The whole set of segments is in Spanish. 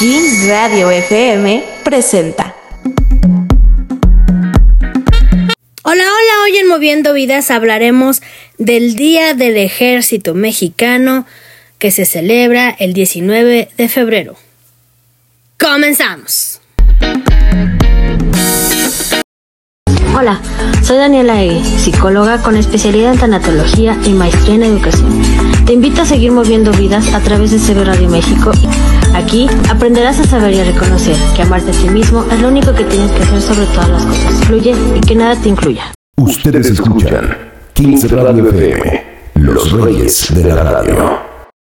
Kings Radio FM presenta. Hola, hoy en Moviendo Vidas hablaremos del Día del Ejército Mexicano que se celebra el 19 de febrero. ¡Comenzamos! Hola, soy Daniela Egui, psicóloga con especialidad en tanatología y maestría en educación. Te invito a seguir moviendo vidas a través de CB Radio México. Aquí aprenderás a saber y a reconocer que amarte a ti mismo es lo único que tienes que hacer sobre todas las cosas. Fluye y que nada te incluya. Ustedes escuchan Kings Radio FM, los reyes de la radio.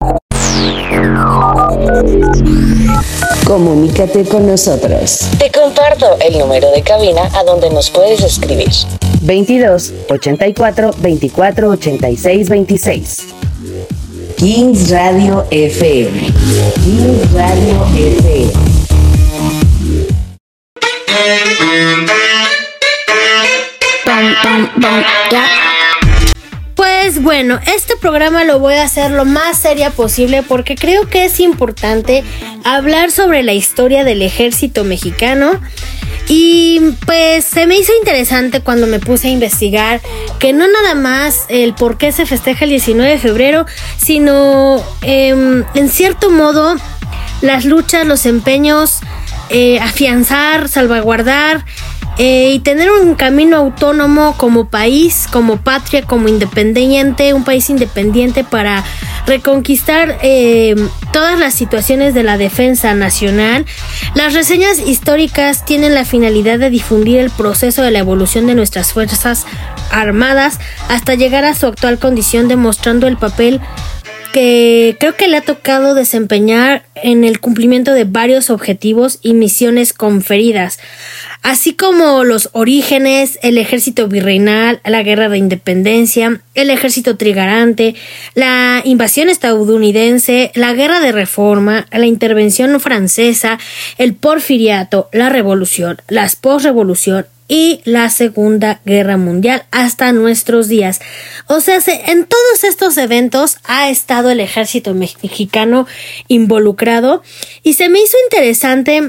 Comunícate con nosotros. Te comparto el número de cabina a donde nos puedes escribir. 22 84 24 86 26. Kings Radio FM. Kings Radio FM. Pues bueno, este programa lo voy a hacer lo más seria posible porque creo que es importante hablar sobre la historia del ejército mexicano. Y pues se me hizo interesante cuando me puse a investigar que no nada más el por qué se festeja el 19 de febrero, sino en cierto modo las luchas, los empeños, afianzar, salvaguardar y tener un camino autónomo como país, como patria, como independiente, un país independiente para reconquistar todas las situaciones de la defensa nacional. Las reseñas históricas tienen la finalidad de difundir el proceso de la evolución de nuestras fuerzas armadas hasta llegar a su actual condición, demostrando el papel que creo que le ha tocado desempeñar en el cumplimiento de varios objetivos y misiones conferidas, así como los orígenes, el ejército virreinal, la guerra de independencia, el ejército trigarante, la invasión estadounidense, la guerra de reforma, la intervención francesa, el porfiriato, la revolución, la posrevolución y la Segunda Guerra Mundial hasta nuestros días. O sea, en todos estos eventos ha estado el ejército mexicano involucrado y se me hizo interesante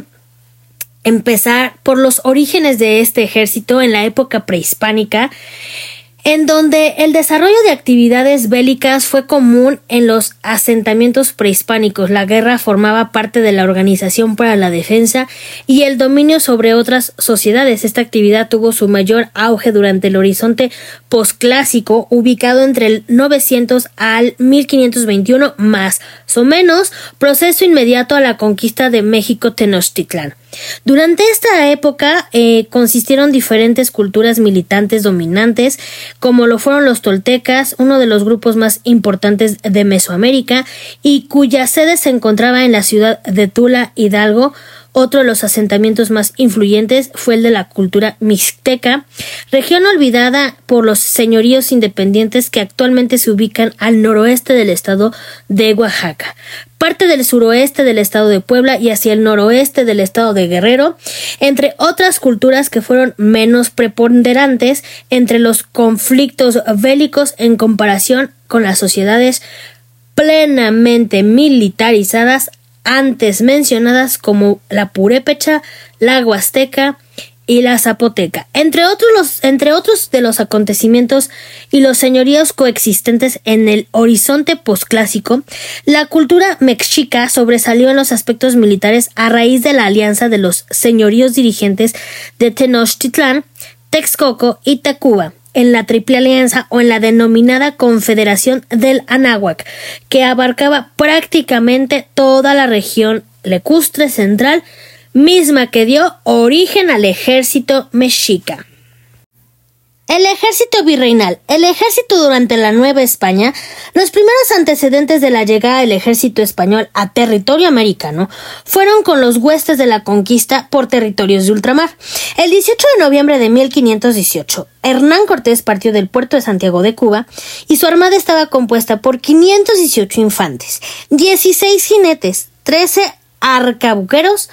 empezar por los orígenes de este ejército en la época prehispánica, en donde el desarrollo de actividades bélicas fue común en los asentamientos prehispánicos. La guerra formaba parte de la organización para la defensa y el dominio sobre otras sociedades. Esta actividad tuvo su mayor auge durante el horizonte posclásico, ubicado entre el 900 al 1521, más o menos, proceso inmediato a la conquista de México Tenochtitlán. Durante esta época consistieron diferentes culturas militantes dominantes, como lo fueron los toltecas, uno de los grupos más importantes de Mesoamérica y cuya sede se encontraba en la ciudad de Tula, Hidalgo. Otro de los asentamientos más influyentes fue el de la cultura mixteca, región olvidada por los señoríos independientes que actualmente se ubican al noroeste del estado de Oaxaca, parte del suroeste del estado de Puebla y hacia el noroeste del estado de Guerrero, entre otras culturas que fueron menos preponderantes entre los conflictos bélicos en comparación con las sociedades plenamente militarizadas antes mencionadas como la purépecha, la huasteca y la zapoteca, entre otros de los acontecimientos y los señoríos coexistentes en el horizonte posclásico. La cultura mexica sobresalió en los aspectos militares a raíz de la alianza de los señoríos dirigentes de Tenochtitlán, Texcoco y Tacuba en la Triple Alianza o en la denominada Confederación del Anáhuac, que abarcaba prácticamente toda la región lacustre central, misma que dio origen al ejército mexica. El ejército virreinal. El ejército durante la Nueva España, los primeros antecedentes de la llegada del ejército español a territorio americano fueron con los huestes de la conquista por territorios de ultramar. El 18 de noviembre de 1518, Hernán Cortés partió del puerto de Santiago de Cuba y su armada estaba compuesta por 518 infantes, 16 jinetes, 13 arcabuceros,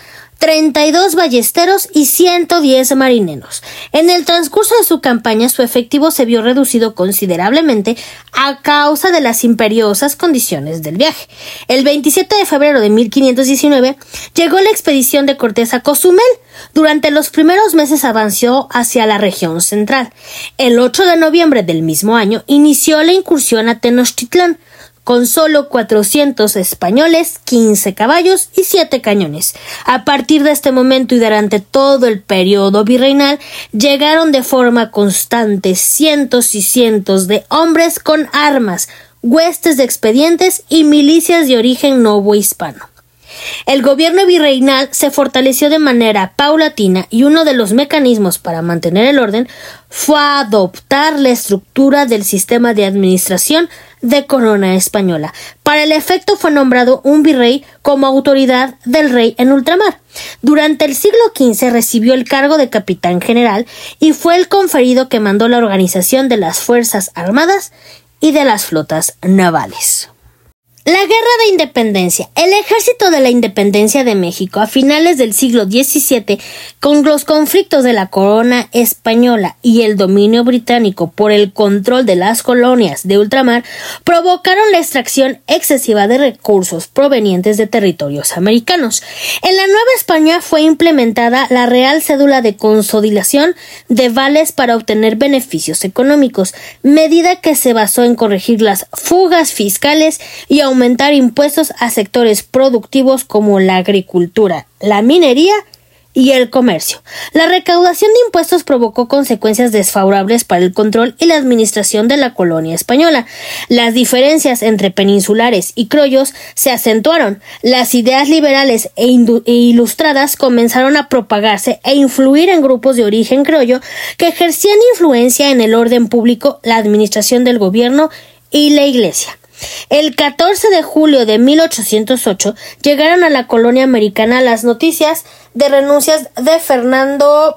32 ballesteros y 110 marineros. En el transcurso de su campaña, su efectivo se vio reducido considerablemente a causa de las imperiosas condiciones del viaje. El 27 de febrero de 1519 llegó la expedición de Cortés a Cozumel. Durante los primeros meses avanzó hacia la región central. El 8 de noviembre del mismo año inició la incursión a Tenochtitlán, con solo 400 españoles, 15 caballos y 7 cañones. A partir de este momento y durante todo el periodo virreinal, llegaron de forma constante cientos y cientos de hombres con armas, huestes de expedientes y milicias de origen novohispano. El gobierno virreinal se fortaleció de manera paulatina y uno de los mecanismos para mantener el orden fue adoptar la estructura del sistema de administración de corona española. Para el efecto fue nombrado un virrey como autoridad del rey en ultramar. Durante el siglo XV recibió el cargo de capitán general y fue el conferido que mandó la organización de las fuerzas armadas y de las flotas navales. La Guerra de Independencia. El Ejército de la Independencia de México a finales del siglo XVII, con los conflictos de la corona española y el dominio británico por el control de las colonias de ultramar, provocaron la extracción excesiva de recursos provenientes de territorios americanos. En la Nueva España fue implementada la Real Cédula de Consolidación de Vales para obtener beneficios económicos, medida que se basó en corregir las fugas fiscales y aumentar impuestos a sectores productivos como la agricultura, la minería y el comercio. La recaudación de impuestos provocó consecuencias desfavorables para el control y la administración de la colonia española. Las diferencias entre peninsulares y criollos se acentuaron. Las ideas liberales e ilustradas comenzaron a propagarse e influir en grupos de origen criollo que ejercían influencia en el orden público, la administración del gobierno y la iglesia. El 14 de julio de 1808 llegaron a la colonia americana las noticias de renuncias de Fernando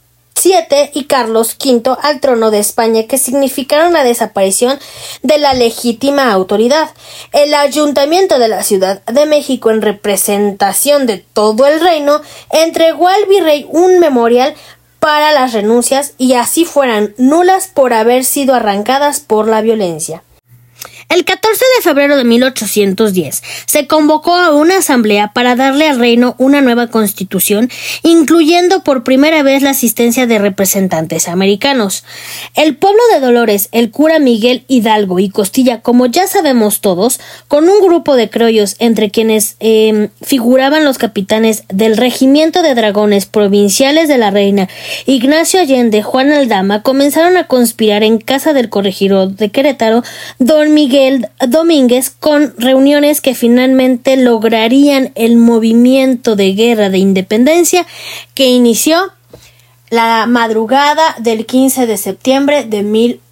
VII y Carlos V al trono de España, que significaron la desaparición de la legítima autoridad. El Ayuntamiento de la Ciudad de México, en representación de todo el reino, entregó al virrey un memorial para las renuncias y así fueran nulas por haber sido arrancadas por la violencia. El 14 de febrero de 1810 se convocó a una asamblea para darle al reino una nueva constitución, incluyendo por primera vez la asistencia de representantes americanos. El pueblo de Dolores, el cura Miguel Hidalgo y Costilla, como ya sabemos todos, con un grupo de criollos entre quienes figuraban los capitanes del Regimiento de Dragones Provinciales de la Reina, Ignacio Allende, Juan Aldama, comenzaron a conspirar en casa del corregidor de Querétaro, don Miguel Domínguez, con reuniones que finalmente lograrían el movimiento de guerra de independencia que inició la madrugada del 15 de septiembre de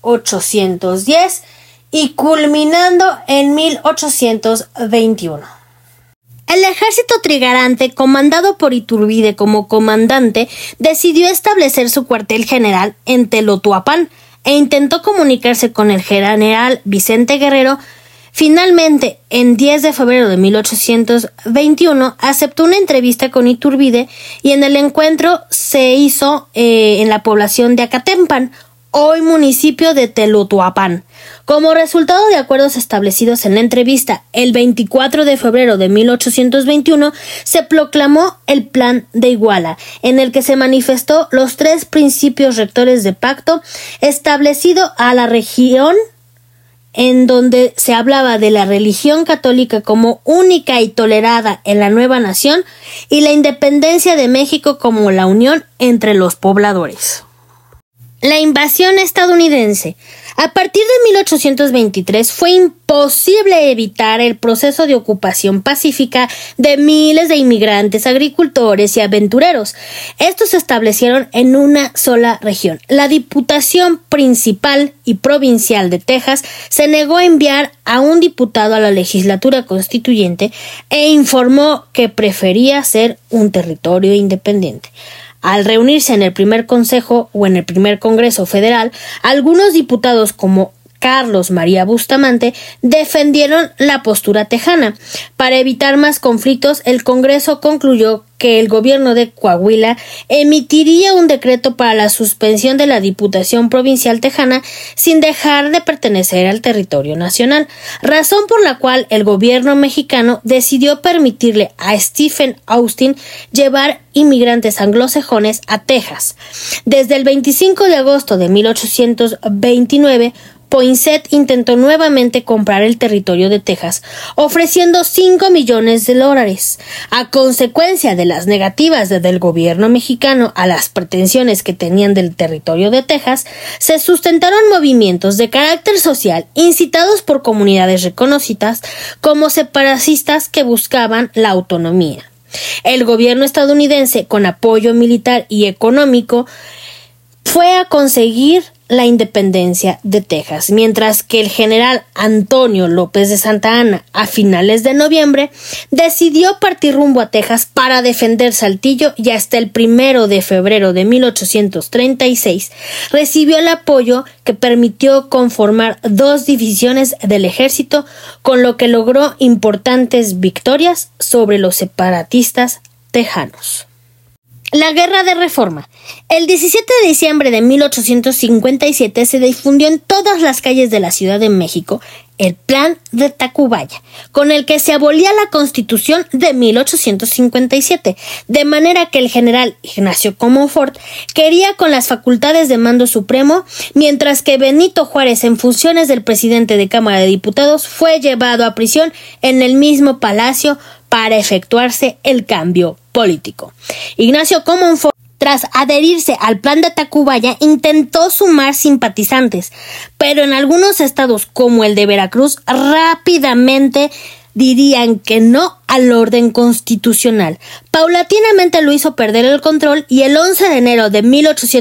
1810 y culminando en 1821. El ejército trigarante, comandado por Iturbide como comandante, decidió establecer su cuartel general en Telotuapán e intentó comunicarse con el general Vicente Guerrero. Finalmente, en 10 de febrero de 1821, aceptó una entrevista con Iturbide y en el encuentro se hizo en la población de Acatempan, hoy municipio de Telotuapán. Como resultado de acuerdos establecidos en la entrevista, el 24 de febrero de 1821 se proclamó el Plan de Iguala, en el que se manifestó los 3 principios rectores de pacto establecido a la región, en donde se hablaba de la religión católica como única y tolerada en la nueva nación y la independencia de México como la unión entre los pobladores. La invasión estadounidense. A partir de 1823 fue imposible evitar el proceso de ocupación pacífica de miles de inmigrantes, agricultores y aventureros. Estos se establecieron en una sola región. La Diputación Principal y Provincial de Texas se negó a enviar a un diputado a la legislatura constituyente e informó que prefería ser un territorio independiente. Al reunirse en el primer consejo o en el primer congreso federal, algunos diputados como Carlos María Bustamante defendieron la postura tejana. Para evitar más conflictos, el Congreso concluyó que el gobierno de Coahuila emitiría un decreto para la suspensión de la Diputación Provincial Tejana sin dejar de pertenecer al territorio nacional, razón por la cual el gobierno mexicano decidió permitirle a Stephen Austin llevar inmigrantes anglosajones a Texas. Desde el 25 de agosto de 1829, Poinsett intentó nuevamente comprar el territorio de Texas, ofreciendo $5 millones. A consecuencia de las negativas del gobierno mexicano a las pretensiones que tenían del territorio de Texas, se sustentaron movimientos de carácter social incitados por comunidades reconocidas como separatistas que buscaban la autonomía. El gobierno estadounidense, con apoyo militar y económico, fue a conseguir la independencia de Texas, mientras que el general Antonio López de Santa Anna, a finales de noviembre, decidió partir rumbo a Texas para defender Saltillo y hasta el 1 de febrero de 1836 recibió el apoyo que permitió conformar 2 divisiones del ejército, con lo que logró importantes victorias sobre los separatistas tejanos. La Guerra de Reforma. El 17 de diciembre de 1857 se difundió en todas las calles de la Ciudad de México el Plan de Tacubaya, con el que se abolía la Constitución de 1857, de manera que el general Ignacio Comonfort quería con las facultades de mando supremo, mientras que Benito Juárez, en funciones del presidente de Cámara de Diputados, fue llevado a prisión en el mismo palacio para efectuarse el cambio político. Ignacio Comonfort, tras adherirse al Plan de Tacubaya, intentó sumar simpatizantes, pero en algunos estados, como el de Veracruz, rápidamente dirían que no al orden constitucional. Paulatinamente lo hizo perder el control y el 11 de enero de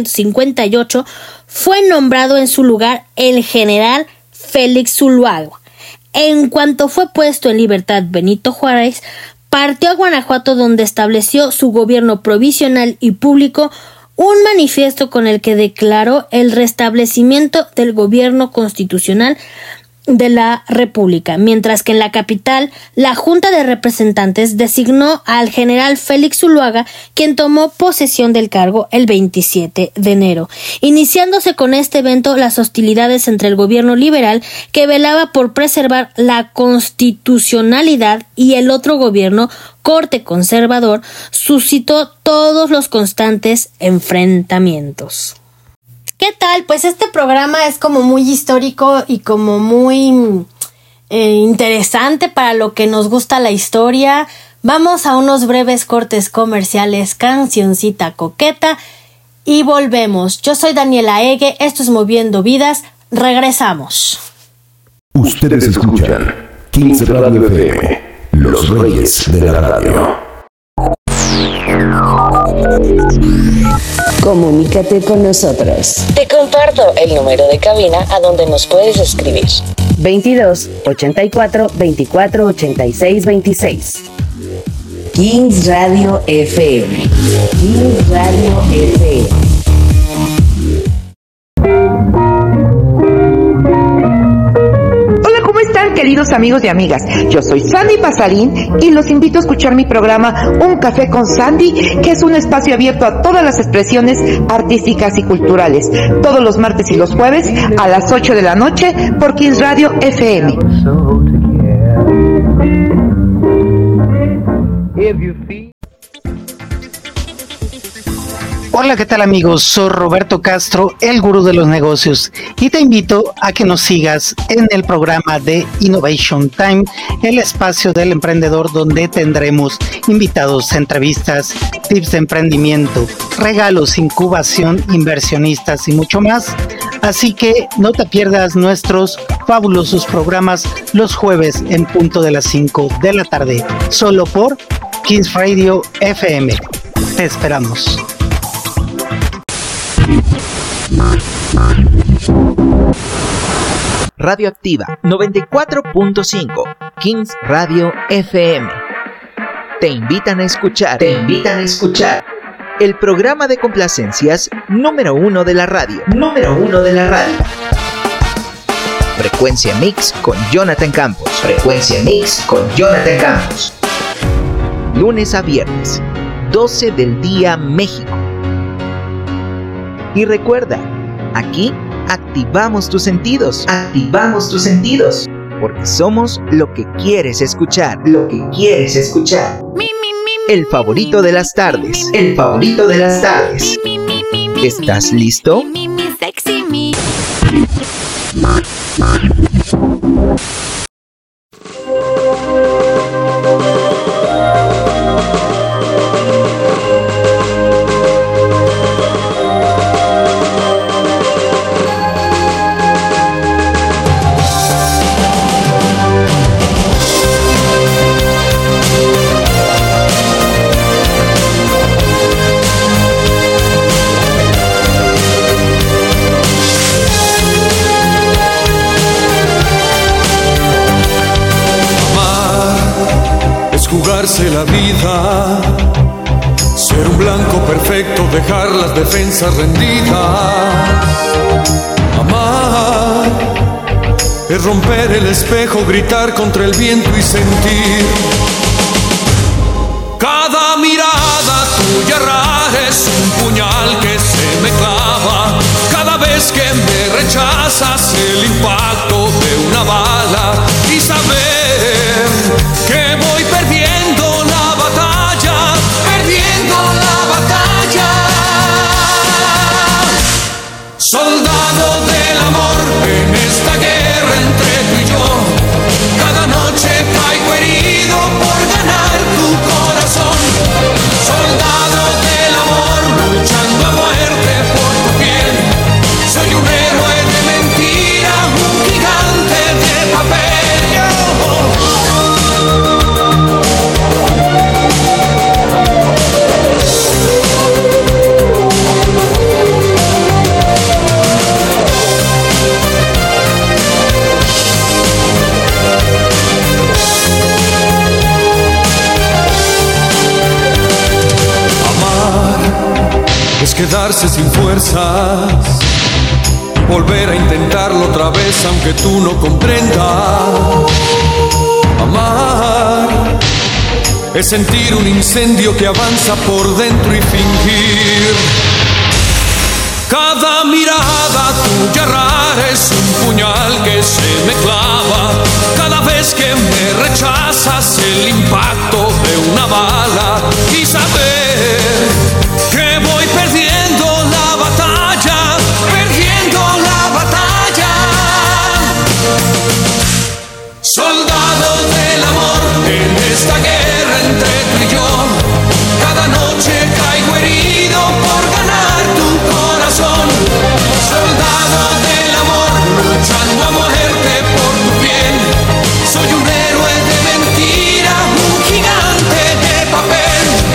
1858 fue nombrado en su lugar el general Félix Zuloaga. En cuanto fue puesto en libertad Benito Juárez, partió a Guanajuato, donde estableció su gobierno provisional y publicó un manifiesto con el que declaró el restablecimiento del gobierno constitucional de la República, mientras que en la capital la Junta de Representantes designó al general Félix Zuloaga, quien tomó posesión del cargo el 27 de enero, iniciándose con este evento las hostilidades entre el gobierno liberal, que velaba por preservar la constitucionalidad, y el otro gobierno, corte conservador, suscitó todos los constantes enfrentamientos. ¿Qué tal? Pues este programa es como muy histórico y como muy interesante para lo que nos gusta la historia. Vamos a unos breves cortes comerciales, cancioncita coqueta, y volvemos. Yo soy Daniela Ege, esto es Moviendo Vidas, regresamos. Ustedes escuchan Kings Radio FM, los reyes de la radio. Comunícate con nosotros. Te comparto el número de cabina a donde nos puedes escribir. 22 84 24 86 26. Kings Radio FM. Kings Radio FM. Queridos amigos y amigas, yo soy Sandy Pasarín y los invito a escuchar mi programa Un Café con Sandy, que es un espacio abierto a todas las expresiones artísticas y culturales, todos los martes y los jueves a las 8 de la noche por Kings Radio FM. Hola, ¿qué tal amigos? Soy Roberto Castro, el gurú de los negocios, y te invito a que nos sigas en el programa de Innovation Time, el espacio del emprendedor, donde tendremos invitados, entrevistas, tips de emprendimiento, regalos, incubación, inversionistas y mucho más. Así que no te pierdas nuestros fabulosos programas los jueves en punto de las 5 de la tarde, solo por Kings Radio FM. Te esperamos. Radioactiva 94.5, Kings Radio FM. Te invitan a escuchar. El programa de complacencias número 1 de la radio. Frecuencia Mix con Jonathan Campos. Frecuencia Mix con Jonathan Campos. Lunes a viernes, 12 del día México. Y recuerda, aquí activamos tus sentidos. Activamos tus sentidos. Porque somos lo que quieres escuchar. Lo que quieres escuchar. El favorito de las tardes. El favorito de las tardes. ¿Estás listo? Jugarse la vida, ser un blanco perfecto, dejar las defensas rendidas. Amar es romper el espejo, gritar contra el viento y sentir. Cada mirada tuya rara es un puñal que se me clava. Cada vez que me rechazas, el impacto de una bala. Y saber que voy perdiendo la batalla, perdiendo la batalla. Soldado del amor en esta guerra entre tú y yo. Cada noche caigo herido por ganar tu corazón. Soldado del amor luchando a muerte por tu piel. Soy un héroe de mentira, un gigante de papel. Es quedarse sin fuerzas, volver a intentarlo otra vez aunque tú no comprendas. Amar es sentir un incendio que avanza por dentro y fingir. Cada mirada tuya rara es un puñal que se me clava. Cada vez que me rechazas, el impacto de una bala. Y saber que voy perdiendo la batalla, perdiendo la batalla. Soldado del amor en esta guerra entre tú y yo. Cada noche caigo herido por ganar tu corazón. Soldado del amor luchando a muerte por tu piel. Soy un héroe de mentira, un gigante de papel.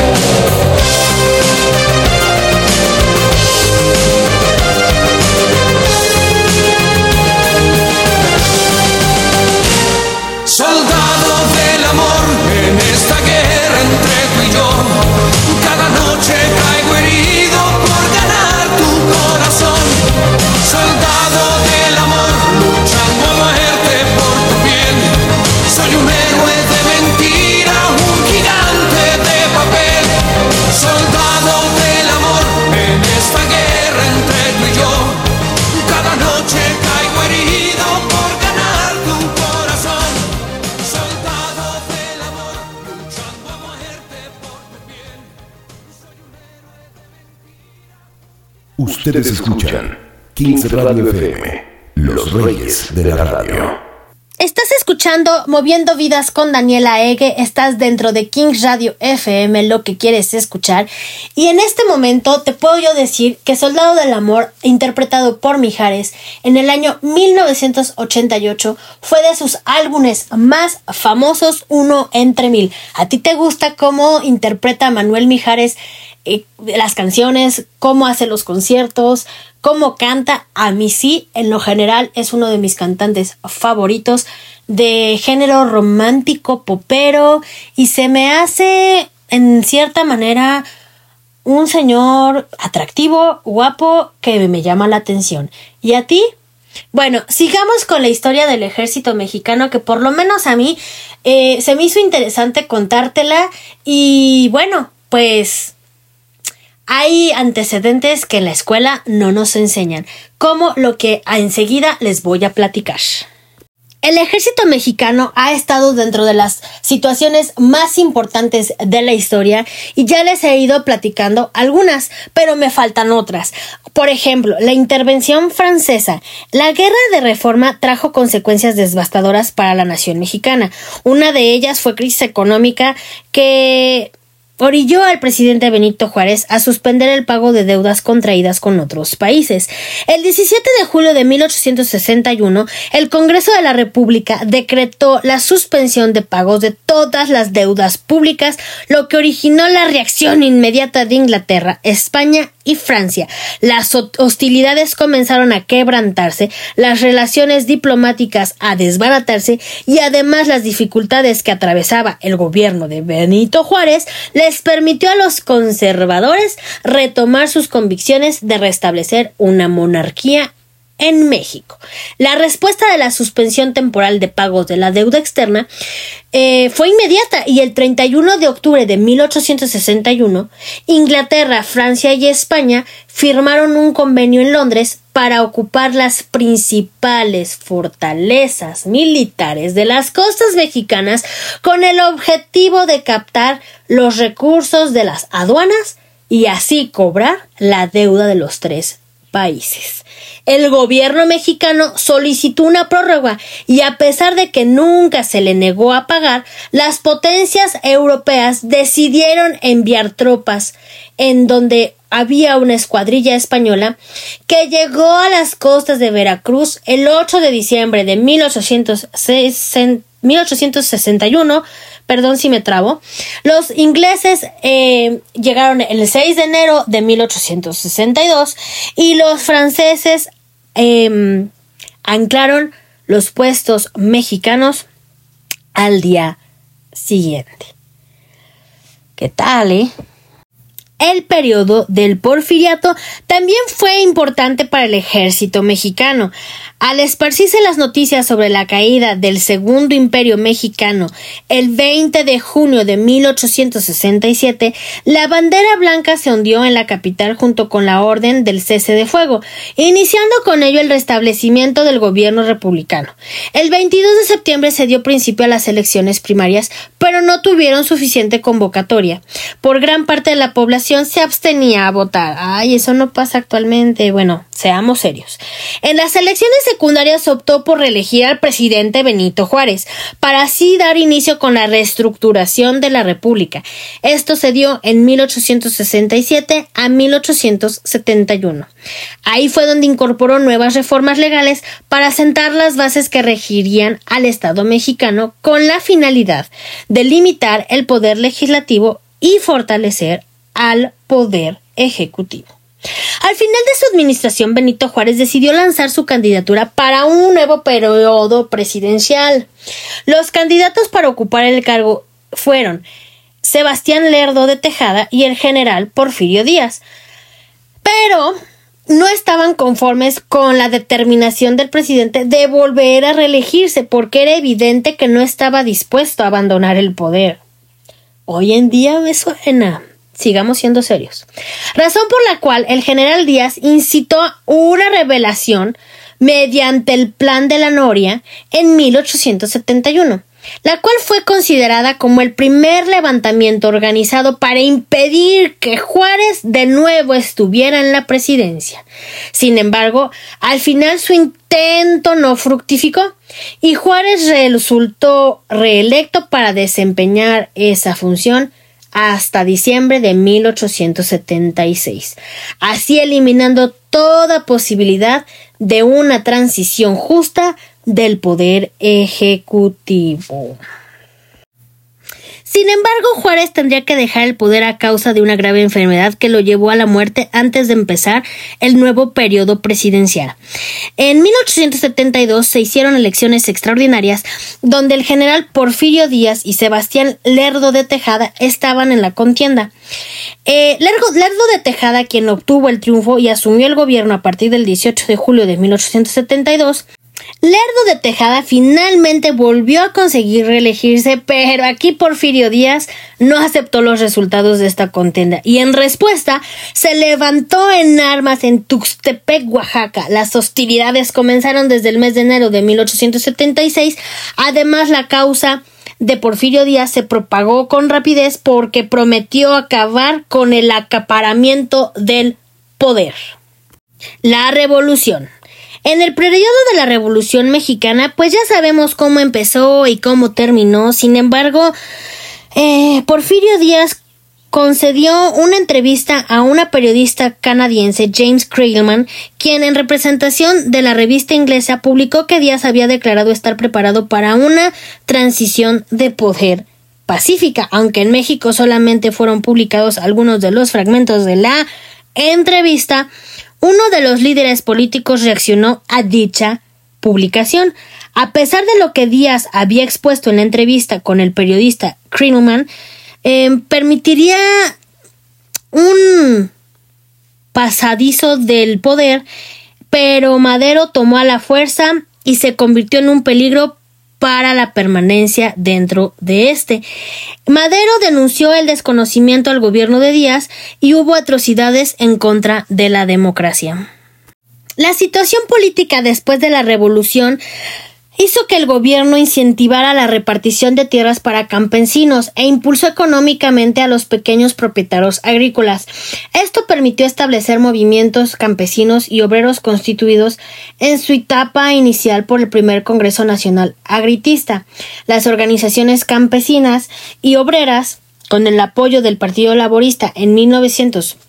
Soldado del amor en esta guerra entre tú y yo. Cada noche caigo herido por ganar tu corazón. Soldado del amor luchando a muerte por tu piel. Soy un héroe de mentira, un gigante de papel. Soldado del amor en esta guerra entre tú y yo. Cada noche caigo herido por ganar tu corazón. Soldado del amor luchando a muerte por tu piel. Soy un héroe de mentira. Ustedes escuchan Kings Radio FM, los reyes de la radio. Estás escuchando Moviendo Vidas con Daniela Ege, estás dentro de Kings Radio FM, lo que quieres escuchar. Y en este momento te puedo yo decir que Soldado del Amor, interpretado por Mijares en el año 1988, fue de sus álbumes más famosos, uno entre mil. ¿A ti te gusta cómo interpreta Manuel Mijares las canciones, cómo hace los conciertos, cómo canta? A mí sí, en lo general es uno de mis cantantes favoritos, de género romántico popero, y se me hace en cierta manera un señor atractivo, guapo, que me llama la atención. ¿Y a ti? Bueno, sigamos con la historia del ejército mexicano, que por lo menos a mí se me hizo interesante contártela. Y bueno, pues hay antecedentes que en la escuela no nos enseñan, como lo que enseguida les voy a platicar. El ejército mexicano ha estado dentro de las situaciones más importantes de la historia y ya les he ido platicando algunas, pero me faltan otras. Por ejemplo, la intervención francesa. La guerra de reforma trajo consecuencias devastadoras para la nación mexicana. Una de ellas fue crisis económica que orilló al presidente Benito Juárez a suspender el pago de deudas contraídas con otros países. El 17 de julio de 1861, el Congreso de la República decretó la suspensión de pagos de todas las deudas públicas, lo que originó la reacción inmediata de Inglaterra, España y Francia. Las hostilidades comenzaron a quebrantarse, las relaciones diplomáticas a desbaratarse y además las dificultades que atravesaba el gobierno de Benito Juárez les permitió a los conservadores retomar sus convicciones de restablecer una monarquía en México. La respuesta de la suspensión temporal de pagos de la deuda externa fue inmediata y el 31 de octubre de 1861, Inglaterra, Francia y España firmaron un convenio en Londres para ocupar las principales fortalezas militares de las costas mexicanas con el objetivo de captar los recursos de las aduanas y así cobrar la deuda de los tres países. El gobierno mexicano solicitó una prórroga y a pesar de que nunca se le negó a pagar, las potencias europeas decidieron enviar tropas en donde había una escuadrilla española que llegó a las costas de Veracruz el 8 de diciembre de 1861. Perdón si me trabo. Los ingleses llegaron el 6 de enero de 1862 y los franceses anclaron los puestos mexicanos al día siguiente. ¿Qué tal, El periodo del Porfiriato también fue importante para el ejército mexicano. Al esparcirse las noticias sobre la caída del Segundo Imperio Mexicano el 20 de junio de 1867, la bandera blanca se ondeó en la capital junto con la orden del cese de fuego, iniciando con ello el restablecimiento del gobierno republicano. El 22 de septiembre se dio principio a las elecciones primarias, pero no tuvieron suficiente convocatoria. Por gran parte de la población se abstenía a votar. Ay, eso no pasa actualmente. Bueno, seamos serios. En las elecciones secundarias optó por reelegir al presidente Benito Juárez, para así dar inicio con la reestructuración de la República. Esto se dio en 1867 a 1871. Ahí fue donde incorporó nuevas reformas legales para sentar las bases que regirían al Estado mexicano con la finalidad de limitar el poder legislativo y fortalecer al poder ejecutivo. Al final de su administración, Benito Juárez decidió lanzar su candidatura para un nuevo periodo presidencial. Los candidatos para ocupar el cargo fueron Sebastián Lerdo de Tejada y el general Porfirio Díaz. Pero no estaban conformes con la determinación del presidente de volver a reelegirse porque era evidente que no estaba dispuesto a abandonar el poder. Hoy en día me suena. Sigamos siendo serios. Razón por la cual el general Díaz incitó una rebelión mediante el Plan de la Noria en 1871, la cual fue considerada como el primer levantamiento organizado para impedir que Juárez de nuevo estuviera en la presidencia. Sin embargo, al final su intento no fructificó y Juárez resultó reelecto para desempeñar esa función hasta diciembre de 1876, así eliminando toda posibilidad de una transición justa del poder ejecutivo. Sin embargo, Juárez tendría que dejar el poder a causa de una grave enfermedad que lo llevó a la muerte antes de empezar el nuevo periodo presidencial. En 1872 se hicieron elecciones extraordinarias donde el general Porfirio Díaz y Sebastián Lerdo de Tejada estaban en la contienda. Lerdo de Tejada, quien obtuvo el triunfo y asumió el gobierno a partir del 18 de julio de 1872, Lerdo de Tejada finalmente volvió a conseguir reelegirse, pero aquí Porfirio Díaz no aceptó los resultados de esta contienda y en respuesta se levantó en armas en Tuxtepec, Oaxaca. Las hostilidades comenzaron desde el mes de enero de 1876. Además, la causa de Porfirio Díaz se propagó con rapidez porque prometió acabar con el acaparamiento del poder. La revolución. En el periodo de la Revolución Mexicana, pues ya sabemos cómo empezó y cómo terminó. Sin embargo, Porfirio Díaz concedió una entrevista a una periodista canadiense, James Creelman, quien en representación de la revista inglesa publicó que Díaz había declarado estar preparado para una transición de poder pacífica, aunque en México solamente fueron publicados algunos de los fragmentos de la entrevista. Uno de los líderes políticos reaccionó a dicha publicación. A pesar de lo que Díaz había expuesto en la entrevista con el periodista Creelman, permitiría un pasadizo del poder, pero Madero tomó a la fuerza y se convirtió en un peligro para la permanencia dentro de este. Madero denunció el desconocimiento al gobierno de Díaz y hubo atrocidades en contra de la democracia. La situación política después de la revolución hizo que el gobierno incentivara la repartición de tierras para campesinos e impulsó económicamente a los pequeños propietarios agrícolas. Esto permitió establecer movimientos campesinos y obreros constituidos en su etapa inicial por el primer Congreso Nacional Agritista. Las organizaciones campesinas y obreras, con el apoyo del Partido Laborista en 1919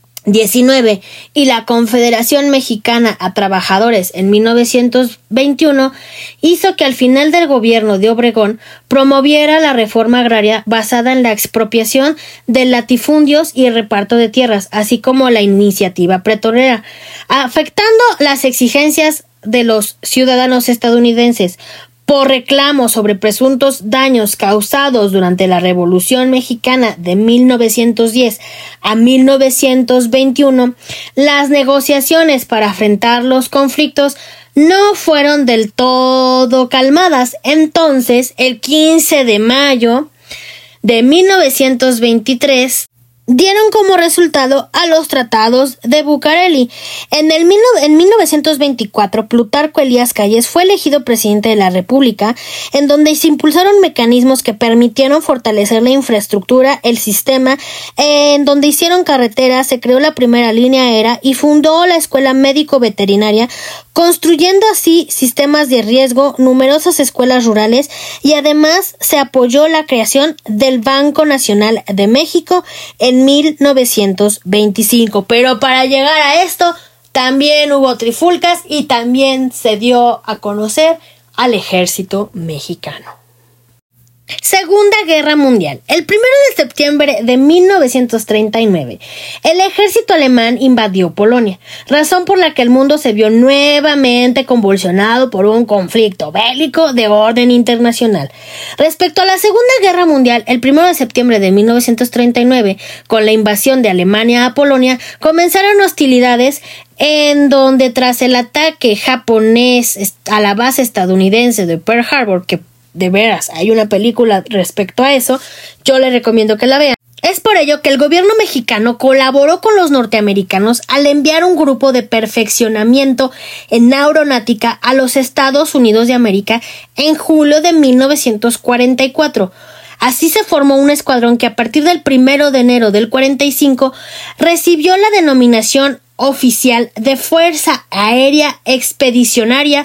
y la Confederación Mexicana a Trabajadores en 1921, hizo que al final del gobierno de Obregón promoviera la reforma agraria basada en la expropiación de latifundios y el reparto de tierras, así como la iniciativa petrolera, afectando las exigencias de los ciudadanos estadounidenses por reclamos sobre presuntos daños causados durante la Revolución Mexicana de 1910 a 1921, las negociaciones para enfrentar los conflictos no fueron del todo calmadas. Entonces, el 15 de mayo de 1923, dieron como resultado a los tratados de Bucareli. En 1924, Plutarco Elías Calles fue elegido presidente de la República, en donde se impulsaron mecanismos que permitieron fortalecer la infraestructura, el sistema, en donde hicieron carreteras, se creó la primera línea aérea y fundó la Escuela Médico-Veterinaria, construyendo así sistemas de riesgo, numerosas escuelas rurales y además se apoyó la creación del Banco Nacional de México en 1925. Pero para llegar a esto también hubo trifulcas y también se dio a conocer al ejército mexicano. Segunda Guerra Mundial. El 1 de septiembre de 1939, el ejército alemán invadió Polonia, razón por la que el mundo se vio nuevamente convulsionado por un conflicto bélico de orden internacional. Respecto a la Segunda Guerra Mundial, el 1 de septiembre de 1939, con la invasión de Alemania a Polonia, comenzaron hostilidades en donde tras el ataque japonés a la base estadounidense de Pearl Harbor, que de veras hay una película respecto a eso, yo le recomiendo que la vean. Es por ello que el gobierno mexicano colaboró con los norteamericanos al enviar un grupo de perfeccionamiento en aeronáutica a los Estados Unidos de América en julio de 1944. Así se formó un escuadrón que a partir del 1 de enero del 45 recibió la denominación oficial de Fuerza Aérea Expedicionaria,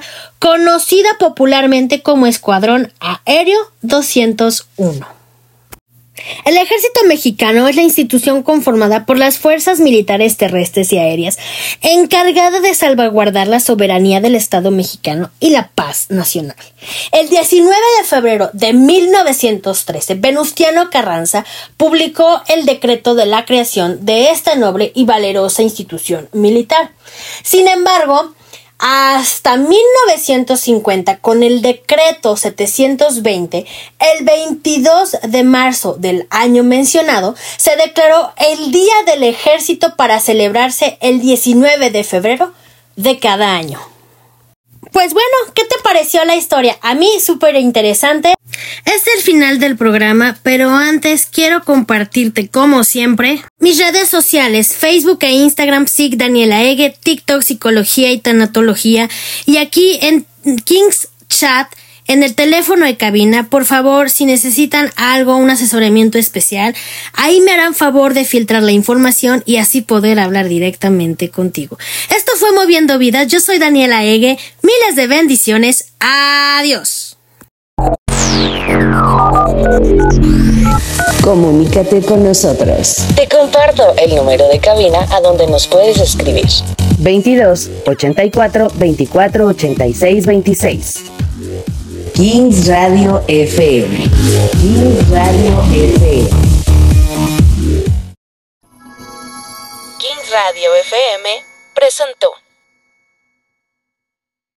conocida popularmente como Escuadrón Aéreo 201. El Ejército Mexicano es la institución conformada por las fuerzas militares terrestres y aéreas encargada de salvaguardar la soberanía del Estado mexicano y la paz nacional. El 19 de febrero de 1913, Venustiano Carranza publicó el decreto de la creación de esta noble y valerosa institución militar. Sin embargo, hasta 1950, con el decreto 720, el 22 de marzo del año mencionado, se declaró el Día del Ejército para celebrarse el 19 de febrero de cada año. Pues bueno, ¿qué te pareció la historia? A mí súper interesante. Es el final del programa, pero antes quiero compartirte, como siempre, mis redes sociales, Facebook e Instagram, SIC Daniela Ege, TikTok Psicología y Tanatología, y aquí en Kings Chat, en el teléfono de cabina. Por favor, si necesitan algo, un asesoramiento especial, ahí me harán favor de filtrar la información y así poder hablar directamente contigo. Esto fue Moviendo Vidas, yo soy Daniela Ege, miles de bendiciones, adiós. Comunícate con nosotros. Te comparto el número de cabina a donde nos puedes escribir. 22 84 24 86 26. Kings Radio FM. Kings Radio FM. Kings Radio FM presentó